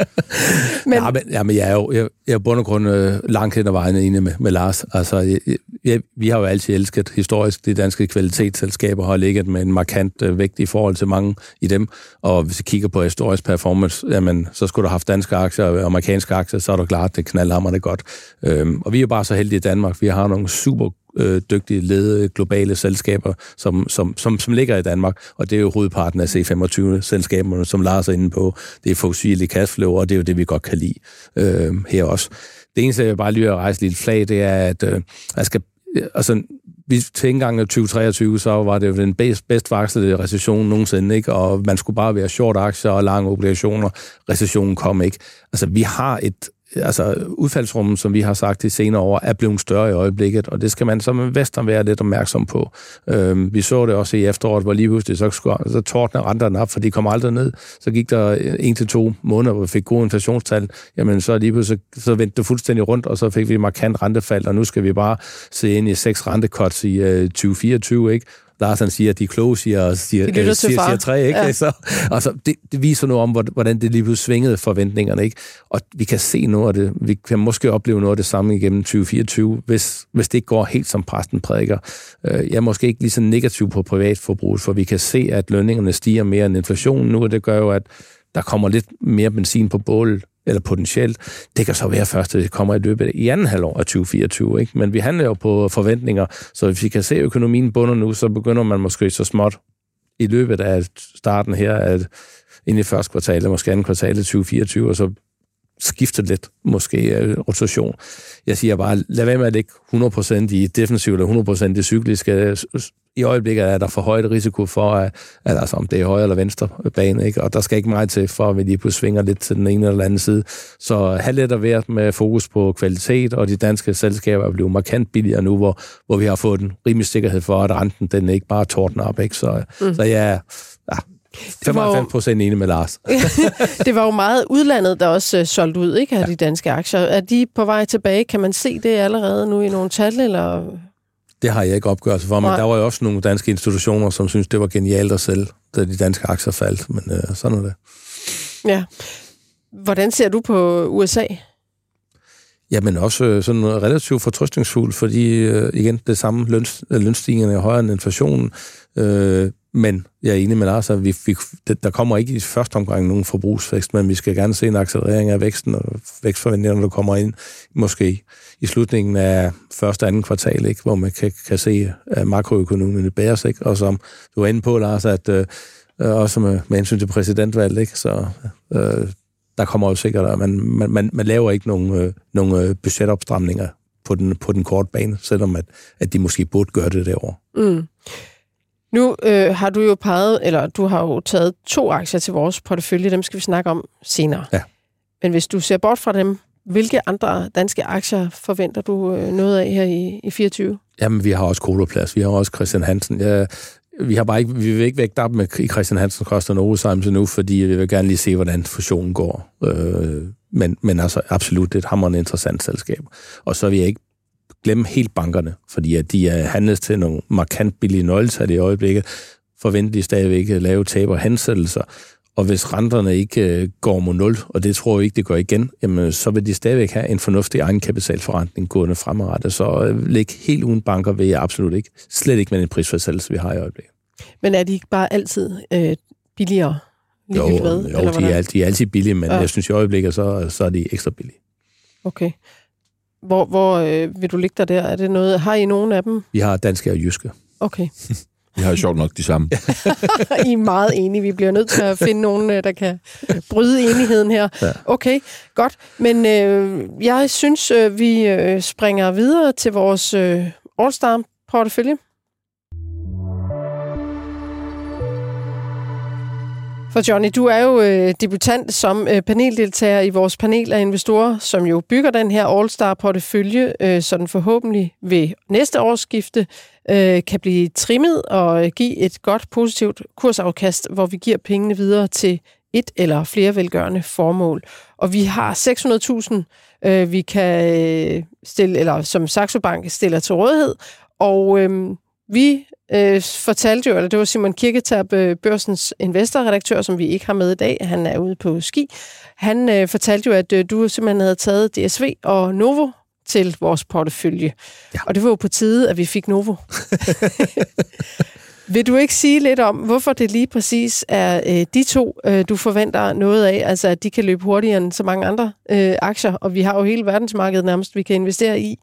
Speaker 3: det. men jeg er jo bund og grund langt hen ad vejen enig med Lars. Altså, vi har jo altid elsket historisk de danske kvalitetsselskaber, har ligget med en markant vægt i forhold til mange i dem. Og hvis vi kigger på historisk performance, jamen, så skulle du have haft danske aktier og amerikanske aktier, så er du klart, det knaldhammer det godt. Og vi er jo bare så heldige i Danmark. Vi har nogle super dygtige ledede globale selskaber, som ligger i Danmark, og det er jo hovedparten af C25-selskaberne, som Lars er inde på. Det er fossile cashflow, og det er jo det, vi godt kan lide her også. Det eneste, jeg bare lige vil rejse lidt flag, det er, at til indgangen af 2023, så var det jo den bedst varslede recession nogensinde, ikke? Og man skulle bare være short aktier og lange obligationer. Recessionen kom ikke. Altså, vi har udfaldsrummet, som vi har sagt i senere år, er blevet større i øjeblikket, og det skal man som investor være lidt opmærksom på. Vi så det også i efteråret, hvor lige pludselig så tordner renterne op, for de kom aldrig ned. Så gik der 1 til 2 måneder, hvor vi fik gode inflationstal. Jamen, så lige pludselig så vendte det fuldstændig rundt, og så fik vi markant rentefald, og nu skal vi bare se ind i 6 rentecuts i 2024, ikke? Lars han siger, at de kloge siger 3, ikke? Ja. Så det viser noget om, hvordan det lige pludselig svingede forventningerne, ikke? Og vi kan se noget af det, vi kan måske opleve noget af det samme igennem 2024, hvis det ikke går helt som præsten prædiker. Jeg er måske ikke lige så negativ på privatforbruget, for vi kan se, at lønningerne stiger mere end inflationen nu, og det gør jo, at der kommer lidt mere benzin på bålet, eller potentielt. Det kan så være først, at det kommer i løbet i anden halvår af 2024, ikke? Men vi handler jo på forventninger, så hvis vi kan se økonomien bunder nu, så begynder man måske så småt i løbet af starten her, at ind i første kvartal, eller måske anden kvartal af 2024, og så skifter lidt måske rotation. Jeg siger bare, lad være med at lægge 100% i defensiv eller 100% i cykliske. I øjeblikket er der for højt risiko for, at altså, om det er højre eller venstre bane, ikke? Og der skal ikke meget til, for at vi lige pludselig svinger lidt til den ene eller anden side. Så have lidt at være med fokus på kvalitet, og de danske selskaber er blevet markant billigere nu, hvor vi har fået en rimelig sikkerhed for, at renten den ikke bare tordner op, ikke? Så jeg 95% enig med Lars.
Speaker 1: Det var jo meget udlandet, der også solgte ud, ikke, af de danske aktier. Er de på vej tilbage? Kan man se det allerede nu i nogle tal, eller...
Speaker 3: Det har jeg ikke opgørelse for, men der var jo også nogle danske institutioner, som synes det var genialt at sælge, da de danske aktier faldt, men sådan er det. Ja.
Speaker 1: Hvordan ser du på USA?
Speaker 3: Jamen også sådan relativt fortrøstningsfuld, fordi igen, det samme lønstigningerne er højere end inflationen, men jeg er enig med Lars, at der kommer ikke i første omgang nogen forbrugsvækst, men vi skal gerne se en accelerering af væksten og vækstforventningerne, der kommer ind måske i slutningen af første og anden kvartal, ikke? Hvor man kan se, at makroøkonomien bærer sig, og som du er inde på, Lars, at også med hensyn til præsidentvalget, ikke? Så der kommer jo sikkert, at man laver ikke nogen budgetopstramninger på den korte bane, selvom at de måske burde gøre det derovre.
Speaker 1: Mm. Nu har du jo taget 2 aktier til vores portefølje, dem skal vi snakke om senere.
Speaker 3: Ja.
Speaker 1: Men hvis du ser bort fra dem, hvilke andre danske aktier forventer du noget af her i 24?
Speaker 3: Jamen, vi har også Coloplast, vi har også Christian Hansen. Vi vil ikke vægte op med Christian Hansen koster Novozymes endnu, fordi vi vil gerne lige se, hvordan fusionen går. Men altså absolut et hamrende interessant selskab. Og så vil jeg ikke glemme helt bankerne, fordi at de er handlet til nogle markant billige nøgletal i øjeblikket, forventer de stadigvæk lave tab og hensættelser. Og hvis renterne ikke går mod 0, og det tror jeg ikke, det går igen, jamen, så vil de stadigvæk have en fornuftig egenkapitalforrentning gående fremadrettet. Så ligge helt uden banker vil jeg absolut ikke. Slet ikke med den prisfastsættelse, vi har i øjeblikket.
Speaker 1: Men er de ikke bare altid billigere?
Speaker 3: Jo, de er altid billige, men jeg synes i øjeblikket, så er de ekstra billige.
Speaker 1: Okay. Hvor vil du ligge dig der? Er det noget? Har I nogen af dem?
Speaker 3: Vi har danske og jyske.
Speaker 1: Okay.
Speaker 2: Vi har sjovt nok de samme.
Speaker 1: I er meget enige. Vi bliver nødt til at finde nogen, der kan bryde enigheden her. Ja. Okay, godt. Men jeg synes, vi springer videre til vores All-Star-portefølje. For Johnny, du er jo debutant som paneldeltager i vores panel af investorer, som jo bygger den her All-Star-portefølje, så den forhåbentlig ved næste årsskifte kan blive trimmet og give et godt, positivt kursafkast, hvor vi giver pengene videre til et eller flere velgørende formål. Og vi har 600.000, vi kan stille, eller som Saxo Bank stiller til rådighed, og vi fortalte jo, eller det var Simon Kirketab, Børsens investorredaktør, som vi ikke har med i dag, han er ude på ski, han fortalte jo, at du simpelthen havde taget DSV og Novo til vores portefølje. Ja. Og det var jo på tide, at vi fik Novo. Vil du ikke sige lidt om, hvorfor det lige præcis er de to, du forventer noget af, altså at de kan løbe hurtigere end så mange andre aktier, og vi har jo hele verdensmarkedet nærmest, vi kan investere i.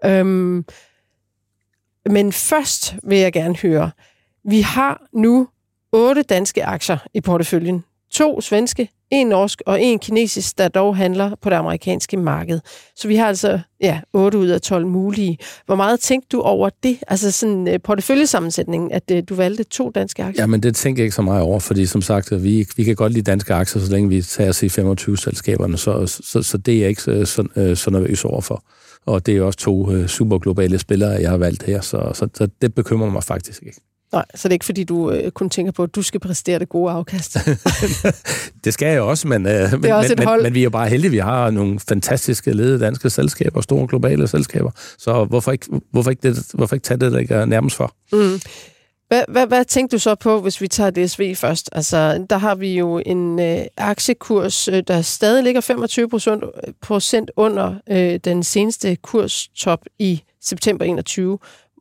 Speaker 1: Men først vil jeg gerne høre, vi har nu 8 danske aktier i porteføljen. 2 svenske, 1 norsk og 1 kinesisk, der dog handler på det amerikanske marked. Så vi har altså 8 ud af 12 mulige. Hvor meget tænkte du over det? Altså sådan porteføljesammensætningen, at du valgte 2 danske aktier?
Speaker 3: Jamen det tænker jeg ikke så meget over, fordi som sagt, vi kan godt lide danske aktier, så længe vi tager os i 25-selskaberne, så det er jeg ikke så nervøs overfor. Og det er også 2 superglobale spillere, jeg har valgt her, så det bekymrer mig faktisk ikke.
Speaker 1: Nej, så det er ikke, fordi du kun tænker på, at du skal præstere det gode afkast.
Speaker 3: Det skal jeg også, men vi er jo bare heldige. Vi har nogle fantastiske ledede danske selskaber, store globale selskaber. Så hvorfor ikke tage det, der ikke er nærmest for? Mm.
Speaker 1: Hvad tænkte du så på, hvis vi tager DSV først? Altså, der har vi jo en aktiekurs, der stadig ligger 25% under den seneste kurstop i september 21.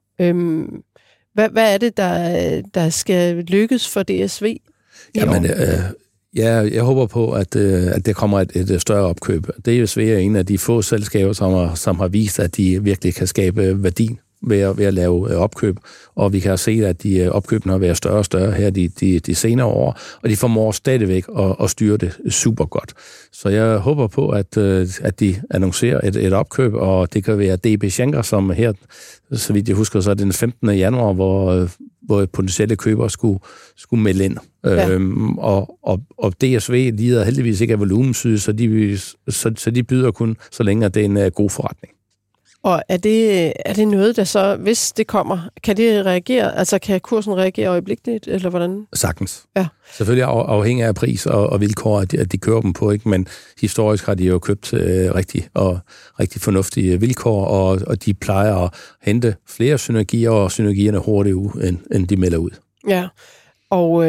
Speaker 1: Hvad er det, der skal lykkes for DSV?
Speaker 3: Jamen, jeg håber på, at der kommer et større opkøb. DSV er en af de få selskaber, som har vist, at de virkelig kan skabe værdi ved at lave opkøb, og vi kan se, at de opkøbene har været større og større her de senere år, og de formår stadigvæk at styre det super godt. Så jeg håber på, at de annoncerer et opkøb, og det kan være DB Schenker, som her, så vidt jeg husker, så er det den 15. januar, hvor potentielle købere skulle melde ind. Ja. Og DSV lider heldigvis ikke af volumensyde, så de byder kun, så længe at det er en god forretning.
Speaker 1: Og er det noget, der så, hvis det kommer, kan det reagere? Altså kan kursen reagere øjeblikkeligt, eller hvordan?
Speaker 3: Sagtens. Ja. Selvfølgelig afhængig af pris og vilkår, at de kører dem på, ikke? Men historisk har de jo købt rigtig fornuftige vilkår, og de plejer at hente flere synergier, og synergierne hurtigt ud, end de melder ud. Ja,
Speaker 1: og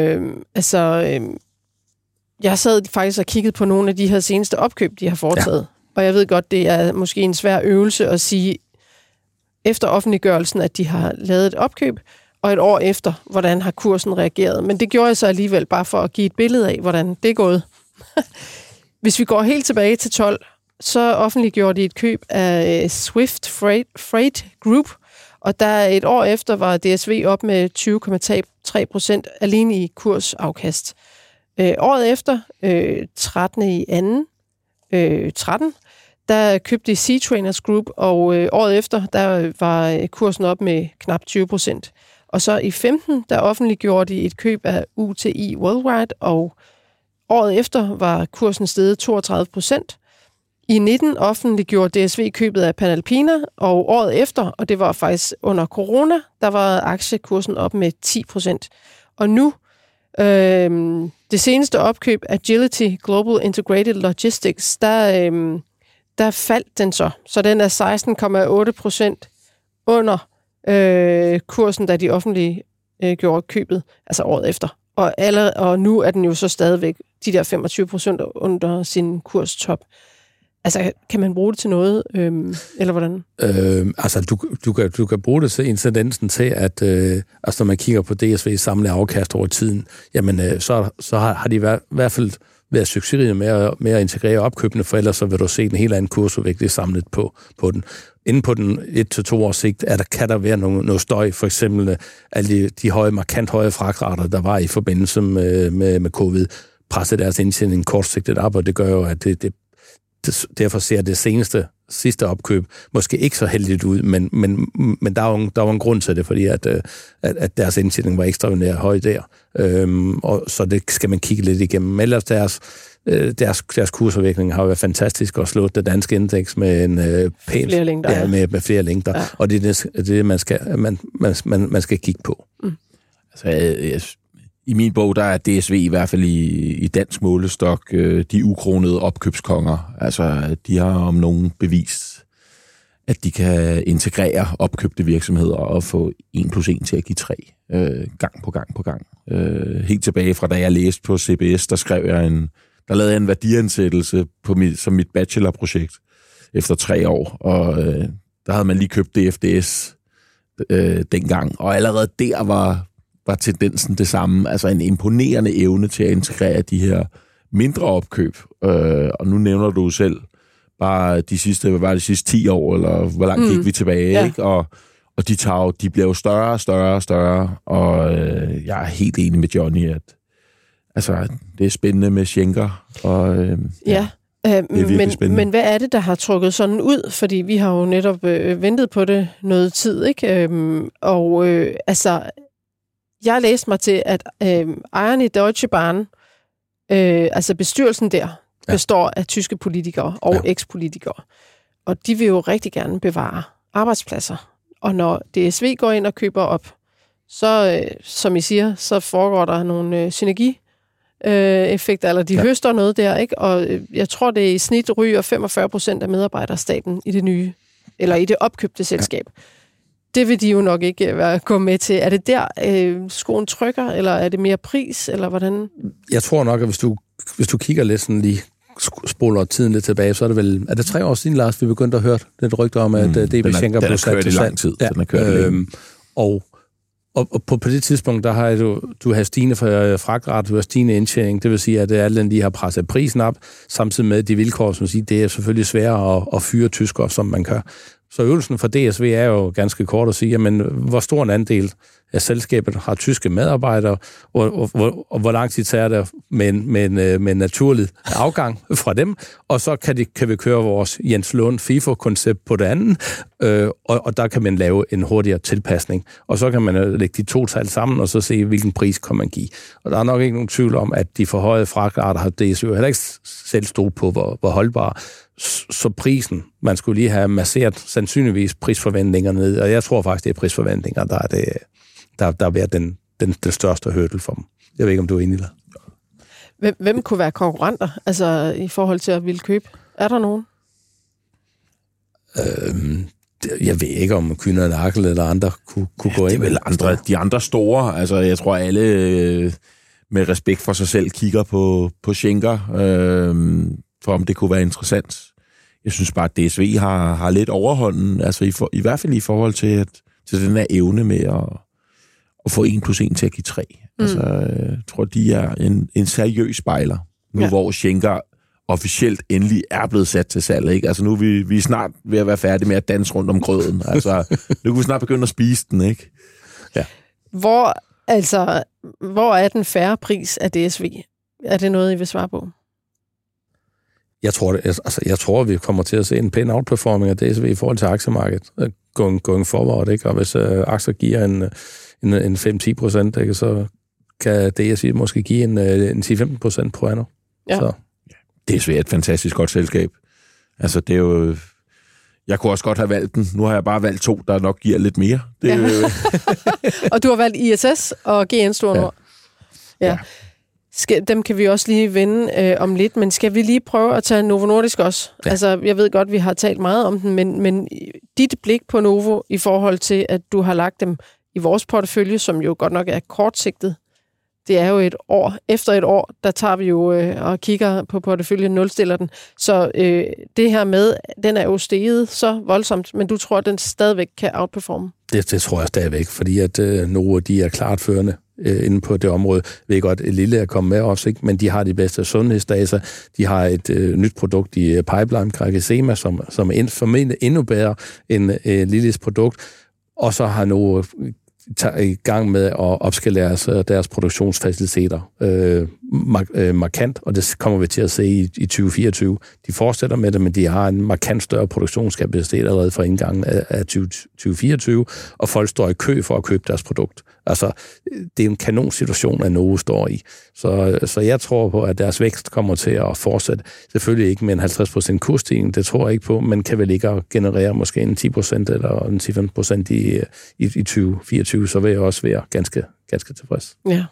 Speaker 1: jeg sad faktisk og kiggede på nogle af de her seneste opkøb, de har foretaget. Ja. Og jeg ved godt, det er måske en svær øvelse at sige, efter offentliggørelsen, at de har lavet et opkøb, og et år efter, hvordan har kursen reageret. Men det gjorde jeg så alligevel bare for at give et billede af, hvordan det er gået. Hvis vi går helt tilbage til 12, så offentliggjorde de et køb af Swift Freight Group, og der et år efter var DSV op med 20,3% alene i kursafkast. Året efter, 13, der købte de Seatrainers Group, og året efter, der var kursen op med knap 20%. Og så i 15, der offentliggjorde de et køb af UTi Worldwide, og Året efter var kursen steget 32%. I 19 offentliggjorde DSV købet af Panalpina, og året efter, og det var faktisk under corona, der var aktiekursen op med 10%. Og nu, det seneste opkøb, Agility Global Integrated Logistics, der faldt den så. Så den er 16,8% under kursen, da de offentlige gjorde købet, altså året efter. Og nu er den jo så stadigvæk de der 25% under sin kurstop. Altså, kan man bruge det til noget, eller hvordan?
Speaker 3: Du kan bruge det til incidensen til, at når man kigger på DSV's samlede afkast over tiden, jamen, så har de i hvert fald været succesrige med at integrere opkøbene, for ellers så vil du se en helt anden kursudvikling samlet på den. Inden på den 1-2 års sigt, kan der være noget støj, for eksempel alle de markant høje fragtrater, der var i forbindelse med covid, presset deres indtjening kortsigtet op, og det gør jo, at derfor ser det sidste opkøb måske ikke så heldigt ud, men der var en grund til det, fordi at deres indtjening var ekstraordinært høj der. Og så det skal man kigge lidt igennem. Ellers deres kursudvikling har jo været fantastisk og slået det danske indeks med en pæn
Speaker 1: flere længder,
Speaker 3: ja, med flere længder. Ja. Og det er det, man skal kigge på. Mm.
Speaker 2: Altså, i min bog, der er DSV i hvert fald i dansk målestok de ukronede opkøbskonger. Altså, de har om nogen bevist, at de kan integrere opkøbte virksomheder og få 1+1 til at give 3 gang på gang. Helt tilbage fra da jeg læste på CBS, der lavede jeg en værdiansættelse som mit bachelorprojekt efter 3 år, og der havde man lige købt DFDS dengang, og allerede der var tendensen det samme, altså en imponerende evne til at integrere de her mindre opkøb. Og nu nævner du selv bare de sidste 10 år, eller hvor langt gik vi tilbage, ja. Ikke? Og de bliver jo større, og jeg er helt enig med Johnny, at altså, det er spændende med Schenker. Og,
Speaker 1: men hvad er det, der har trukket sådan ud? Fordi vi har jo netop ventet på det noget tid, ikke? Jeg læste mig til, at ejerne i Deutsche Bahn, altså bestyrelsen der, består af tyske politikere og ekspolitikere. Og de vil jo rigtig gerne bevare arbejdspladser. Og når DSV går ind og køber op, så, som I siger, så foregår der nogle synergieffekter, eller de høster noget der, ikke? Og jeg tror, det i snit ryger 45% af medarbejderstaten i det nye, eller i det opkøbte selskab. Det vil de jo nok ikke gå med til. Er det der, skoen trykker, eller er det mere pris, eller hvordan?
Speaker 3: Jeg tror nok, at hvis du kigger lidt sådan lige, spoler tiden lidt tilbage, så er det vel... Er det 3 år siden, Lars, vi begyndte at høre lidt rygter om, at DB Schenker blev sat til
Speaker 2: lang tid. Den har kørt længe.
Speaker 3: Og på det tidspunkt, der har du har stigende fragtret, du har stigende indtjening, det vil sige, at alle lige har presset prisen op, samtidig med de vilkår, som siger, det er selvfølgelig sværere at fyre tyskere, som man kan. Så øvelsen for DSV er jo ganske kort at sige, jamen, hvor stor en andel af selskabet har tyske medarbejdere, og hvor lang tid tager det med en naturlig afgang fra dem, og så kan vi køre vores Jens Lund FIFO-koncept på det andet, og der kan man lave en hurtigere tilpasning, og så kan man lægge de 2 tal sammen, og så se, hvilken pris kan man give. Og der er nok ikke nogen tvivl om, at de forhøjede fragtrater har DSV heller ikke selv stået på, hvor holdbare. Så prisen, man skulle lige have masseret sandsynligvis prisforventningerne ned, og jeg tror faktisk, det er prisforventninger, der er været den største hurdle for dem. Jeg ved ikke, om du er enig der.
Speaker 1: Hvem kunne være konkurrenter, altså i forhold til at ville købe? Er der nogen?
Speaker 3: Jeg ved ikke, om Kühner og Nagel eller andre kunne gå ind.
Speaker 2: Det er vel de andre store. Altså, jeg tror, alle med respekt for sig selv kigger på Schenker, for om det kunne være interessant. Jeg synes bare, at DSV har lidt overhånden, altså i hvert fald i forhold til den her evne med at få 1+1 til at give 3. Altså, jeg tror, de er en seriøs spejler, nu hvor Schenker officielt endelig er blevet sat til salg, ikke? Altså nu er vi snart ved at være færdige med at danse rundt om grøden. Altså, nu kan vi snart begynde at spise den, ikke?
Speaker 1: Ja. Hvor er den færre pris af DSV? Er det noget, I vil svare på?
Speaker 3: Jeg tror, vi kommer til at se en pæn outperforming af DSV i forhold til aktiemarkedet going forward, ikke? Og hvis aktier giver en 5-10%, ikke, så kan DSV måske give en 10-15% på andet.
Speaker 1: Ja.
Speaker 3: Så.
Speaker 2: Det er et fantastisk godt selskab. Altså, det er jo... Jeg kunne også godt have valgt den. Nu har jeg bare valgt 2, der nok giver lidt mere. Det er jo...
Speaker 1: Og du har valgt ISS og GN Store Nord. Ja. Dem kan vi også lige vende om lidt, men skal vi lige prøve at tage Novo Nordisk også? Ja. Altså, jeg ved godt, vi har talt meget om den, men dit blik på Novo i forhold til, at du har lagt dem i vores portefølje, som jo godt nok er kortsigtet. Det er jo et år. Efter et år, der tager vi jo og kigger på porteføljen, nulstiller den. Så det her med, den er jo steget så voldsomt, men du tror, at den stadigvæk kan outperforme? Det
Speaker 3: tror jeg stadigvæk, fordi at Novo, de er klart førende inde på det område. Jeg ved godt, Lille er kommet med også, ikke? Men de har de bedste sundhedsdata. De har et nyt produkt i pipeline, CagriSema, som er formentlig endnu bedre end Lilles produkt. Og så har Novo i gang med at opskalere deres produktionsfaciliteter markant, og det kommer vi til at se i 2024. De fortsætter med det, men de har en markant større produktionskapacitet allerede fra indgangen af 2024, og folk står i kø for at købe deres produkt. Altså, det er en kanonsituation, at Novo står i. Så jeg tror på, at deres vækst kommer til at fortsætte. Selvfølgelig ikke med en 50% kursstigning, det tror jeg ikke på, men kan vel ikke generere måske en 10% eller en 10-15% i 2024, så vil jeg også være ganske tilfreds. Ja.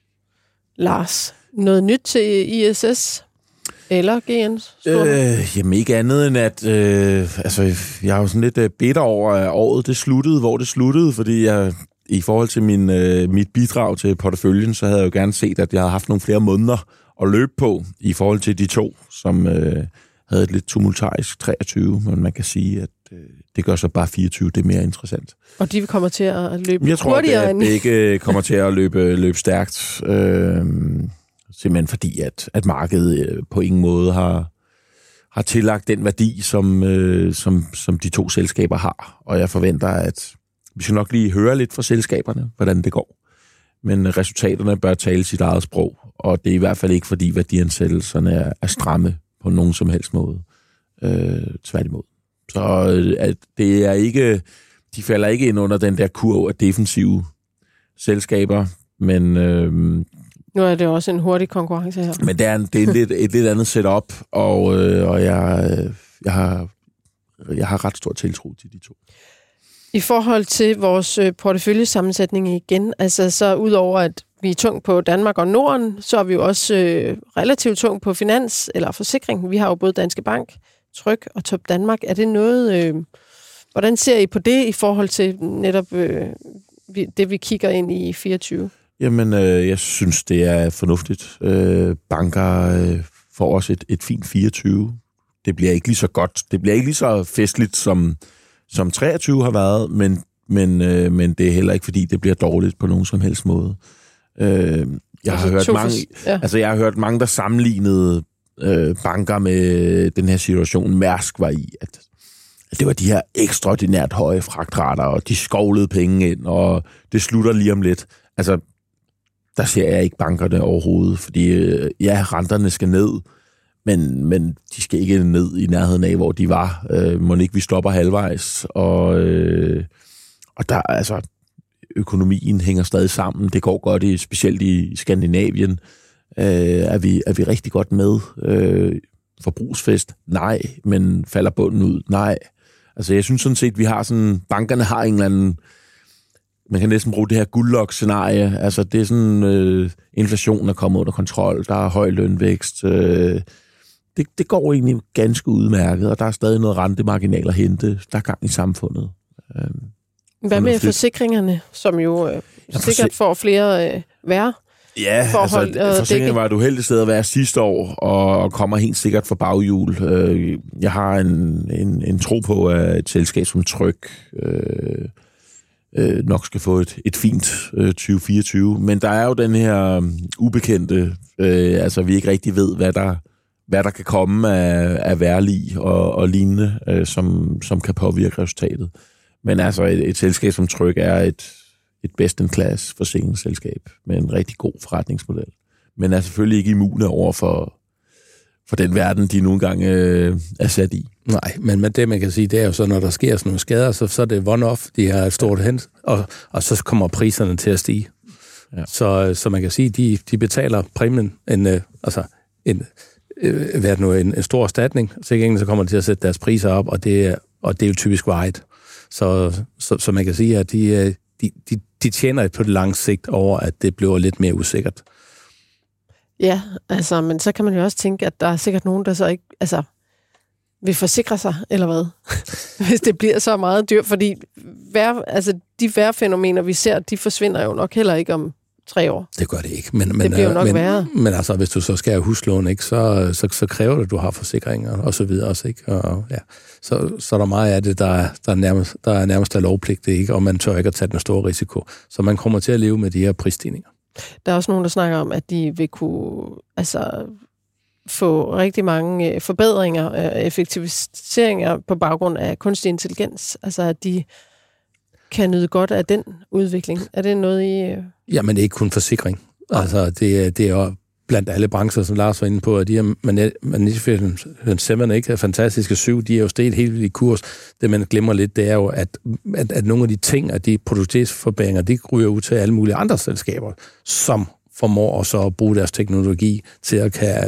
Speaker 1: Lars, noget nyt til ISS eller GN?
Speaker 2: Jamen ikke andet end at jeg er jo sådan lidt bitter over, at året det sluttede, hvor det sluttede, fordi jeg i forhold til mit bidrag til porteføljen, så havde jeg jo gerne set, at jeg havde haft nogle flere måneder at løbe på i forhold til de 2, som havde et lidt tumultarisk 23, men man kan sige, at det gør så bare 24, det er mere interessant.
Speaker 1: Og de kommer til at løbe hurtigere?
Speaker 2: Jeg tror, at det ikke kommer til at løbe stærkt, simpelthen fordi, at markedet på ingen måde har tillagt den værdi, som de 2 selskaber har. Og jeg forventer, at vi skal nok lige høre lidt fra selskaberne, hvordan det går. Men resultaterne bør tale sit eget sprog, og det er i hvert fald ikke, fordi værdiansættelserne er stramme på nogen som helst måde. Tværtimod. Så det er ikke, de falder ikke ind under den der kurv af defensive selskaber, men...
Speaker 1: Nu er det også en hurtig konkurrence her.
Speaker 2: Men det er et lidt andet setup, og jeg har ret stor tiltro til de 2.
Speaker 1: I forhold til vores porteføljesammensætning igen, altså så udover at vi er tungt på Danmark og Norden, så er vi jo også relativt tungt på finans eller forsikring. Vi har jo både Danske Bank, Tryg og Top Danmark. Er det noget... hvordan ser I på det i forhold til netop det, vi kigger ind i 24?
Speaker 2: Jamen, jeg synes, det er fornuftigt. Banker får også et fint 24. Det bliver ikke lige så godt. Det bliver ikke lige så festligt, som 23 har været, men det er heller ikke, fordi det bliver dårligt på nogen som helst måde. Jeg har hørt mange, der sammenlignede banker med den her situation, Mærsk var i, at det var de her ekstraordinært høje fragtrater, og de skovlede penge ind, og det slutter lige om lidt. Altså, der ser jeg ikke bankerne overhovedet, fordi renterne skal ned, men de skal ikke ned i nærheden af, hvor de var. Må ikke vi stopper halvvejs, og der altså økonomien hænger stadig sammen. Det går godt, specielt i Skandinavien. Er vi rigtig godt med? Forbrugsfest? Nej. Men falder bunden ud? Nej. Altså jeg synes sådan set, vi har sådan, bankerne har en eller anden, man kan næsten bruge det her Goldilocks-scenarie. Altså det er sådan, inflationen er kommet under kontrol, der er høj lønvækst. Det går egentlig ganske udmærket, og der er stadig noget rentemarginal at hente. Der er gang i samfundet.
Speaker 1: Hvad med forsikringerne, som jo sikkert får flere værre?
Speaker 2: Ja, forsikringen var et uheldigt sted at være sidste år, og kommer helt sikkert for baghjul. Jeg har en tro på, at et selskab som Tryg nok skal få et fint 2024. Men der er jo den her ubekendte, altså vi ikke rigtig ved, hvad der kan komme af værlig og lignende, som kan påvirke resultatet. Men altså et selskab som Tryg er et best-in-class forsikringsselskab med en rigtig god forretningsmodel. Men er selvfølgelig ikke immune over for den verden, de nogle gange er sat i.
Speaker 3: Nej, men det man kan sige, det er jo så, når der sker sådan nogle skader, så er det one-off, de har et stort hent, og så kommer priserne til at stige. Ja. Så man kan sige, de betaler præmien en stor erstatning, så igen så kommer de til at sætte deres priser op, og det er jo typisk varigt. Så man kan sige, at de tjener på det lange sigt over, at det bliver lidt mere usikkert.
Speaker 1: Ja, altså, men så kan man jo også tænke, at der er sikkert nogen, der så ikke vil forsikre sig, eller hvad? Hvis det bliver så meget dyrt, fordi de vejrfænomener, vi ser, de forsvinder jo nok heller ikke om 3 år.
Speaker 3: Det gør det ikke. Men,
Speaker 1: det bliver jo nok værre.
Speaker 3: Men altså, hvis du så skal have huslån, ikke, så kræver det, at du har forsikringer og så videre også, ikke? Og, ja. Så er der meget af det, der er nærmest lovpligtigt, ikke? Og man tør ikke at tage den store risiko. Så man kommer til at leve med de her prisstigninger.
Speaker 1: Der er også nogen, der snakker om, at de vil kunne få rigtig mange forbedringer og effektiviseringer på baggrund af kunstig intelligens. Altså, at de kan nyde godt af den udvikling. Er det noget i...
Speaker 3: Jamen, det er ikke kun forsikring. Altså, det er jo blandt alle brancher, som Lars var inde på, at de her Magnificent Seven, ikke, fantastiske 7, de er jo steget helt vildt i kurs. Det, man glemmer lidt, det er jo, at nogle af de ting, at de produktivitetsforbedringer, de ryger ud til alle mulige andre selskaber, som formår også at bruge deres teknologi til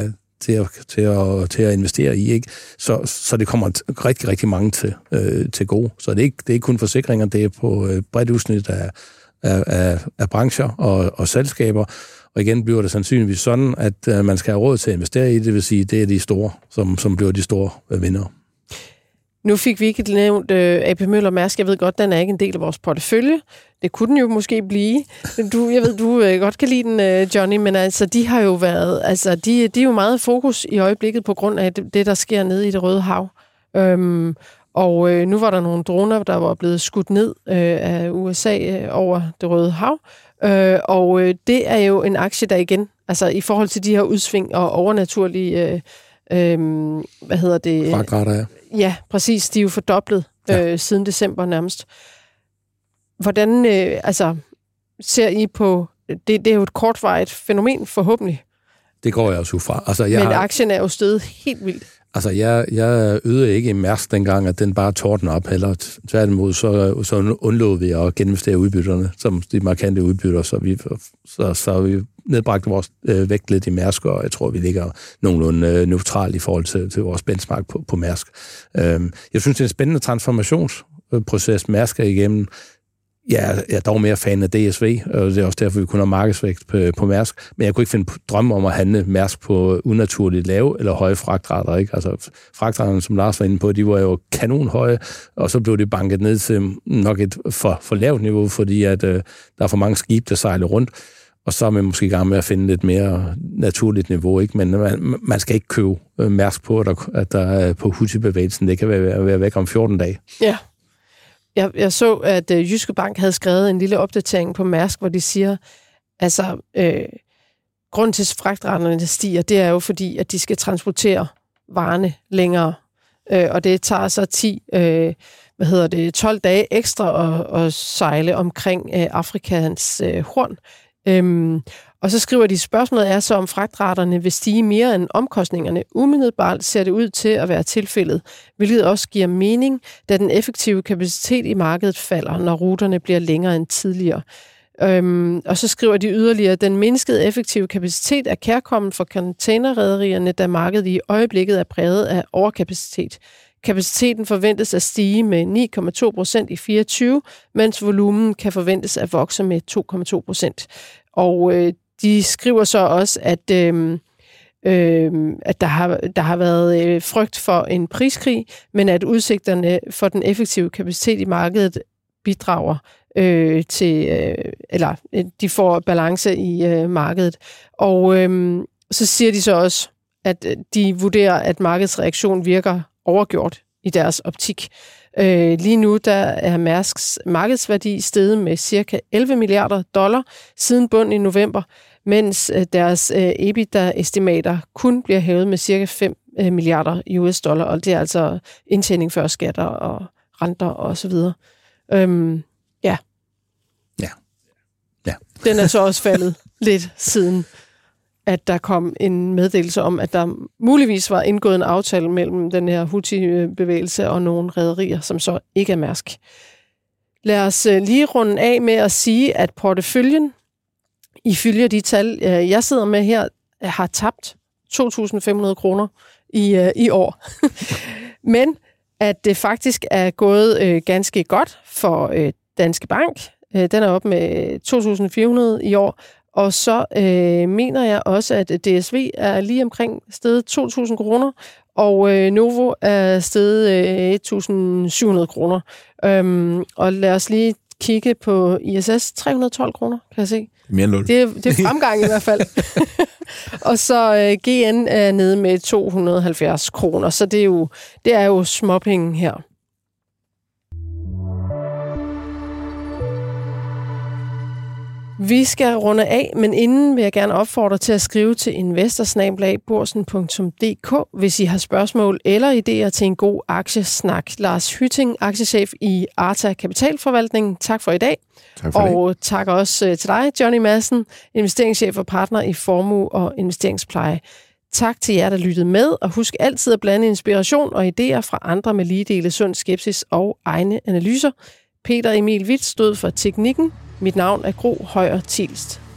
Speaker 3: at investere i, ikke? Så det kommer rigtig, rigtig mange til gode. Så det er ikke kun forsikringer, det er på bredt udsnit af brancher og selskaber. Og igen bliver det sandsynligvis sådan, at man skal have råd til at investere i, det vil sige, det er de store, som bliver de store vindere.
Speaker 1: Nu fik vi ikke nævnt AP Møller Mærsk. Jeg ved godt, den er ikke en del af vores portefølje. Det kunne den jo måske blive. Jeg ved, du godt kan lide den, Johnny, men altså, de har jo været... Altså, de er jo meget fokus i øjeblikket på grund af det, der sker nede i Det Røde Hav. Nu var der nogle droner, der var blevet skudt ned af USA over Det Røde Hav. Det er jo en aktie, der igen, altså i forhold til de her udsving og overnaturlige...
Speaker 3: Fragtrater, ja.
Speaker 1: Ja, præcis. De er jo fordoblet siden december nærmest. Hvordan ser I på... Det er jo et kortvarigt fænomen, forhåbentlig.
Speaker 3: Det går jeg også ud fra. Altså,
Speaker 1: men aktien er jo steget helt vildt.
Speaker 3: Altså, jeg øvede ikke i Mærsk dengang, at den bare tordner op, eller tværtimod, så undlod vi at geninvestere udbytterne, som de markante udbytter, så vi nedbragte vores vægt lidt i Mærsk, og jeg tror, vi ligger nogenlunde neutralt i forhold til vores benchmark på Mærsk. Jeg synes, det er en spændende transformationsproces, Mærsk er igennem. Jeg er dog mere fan af DSV, og det er også derfor, vi kun har markedsvægt på Mærsk. Men jeg kunne ikke finde drømme om at handle Mærsk på unaturligt lave eller høje fragtrater, ikke? Altså, fragtraterne, som Lars var inde på, de var jo kanonhøje, og så blev det banket ned til nok et for lavt niveau, fordi at der er for mange skibe, der sejler rundt, og så er man måske i gang med at finde lidt mere naturligt niveau, ikke? Men man skal ikke købe Mærsk på, at der er på Houthi-bevægelsen. Det kan være væk om 14 dage.
Speaker 1: Ja. Jeg så, at Jyske Bank havde skrevet en lille opdatering på Mærsk, hvor de siger, grunden til, at fragtraterne stiger, det er jo fordi, at de skal transportere varerne længere. Og det tager så 12 dage ekstra at sejle omkring Afrikas Horn. Og så skriver de, spørgsmålet er så, om fragtraterne vil stige mere end omkostningerne. Umiddelbart ser det ud til at være tilfældet, hvilket også giver mening, da den effektive kapacitet i markedet falder, når ruterne bliver længere end tidligere. Og så skriver de yderligere, at den mindskede effektive kapacitet er kærkommen for containerrederierne, da markedet i øjeblikket er præget af overkapacitet. Kapaciteten forventes at stige med 9,2% i 2024, mens volumen kan forventes at vokse med 2,2%. Og de skriver så også, at der har været frygt for en priskrig, men at udsigterne for den effektive kapacitet i markedet bidrager eller de får balance i markedet. Og så siger de så også, at de vurderer, at markedsreaktion virker overgjort i deres optik. Lige nu der er Mærsks markedsværdi steget med cirka $11 milliarder siden bunden i november, mens deres EBITDA-estimater kun bliver hævet med cirka $5 milliarder, og det er altså indtjening før skatter og renter og så videre. Ja. Den er så også faldet lidt siden, at der kom en meddelelse om, at der muligvis var indgået en aftale mellem den her Houthi-bevægelse og nogle rederier, som så ikke er Mærsk. Lad os lige runde af med at sige, at porteføljen, ifølge de tal, jeg sidder med her, har tabt 2.500 kroner i år. Men at det faktisk er gået ganske godt for Danske Bank. Den er op med 2.400 i år. Og så mener jeg også, at DSV er lige omkring steget 2.000 kroner, og Novo er steget 1.700 kroner. Og lad os lige kigge på ISS, 312 kroner, kan jeg se.
Speaker 2: Mere end 0.
Speaker 1: Det er fremgang i hvert fald. Og så GN er nede med 270 kroner, så det er jo småpenge her. Vi skal runde af, men inden vil jeg gerne opfordre til at skrive til investor@borsen.dk, hvis I har spørgsmål eller idéer til en god aktiesnak. Lars Hytting, aktiechef i Arta Kapitalforvaltning. Tak for i dag.
Speaker 2: Tak for
Speaker 1: og det. Tak også til dig, Johnny Madsen, investeringschef og partner i Formue og Investeringspleje. Tak til jer, der lyttede med, og husk altid at blande inspiration og idéer fra andre med lige dele sund skepsis og egne analyser. Peter Emil Witt stod for teknikken. Mit navn er Gro Højer Thielst.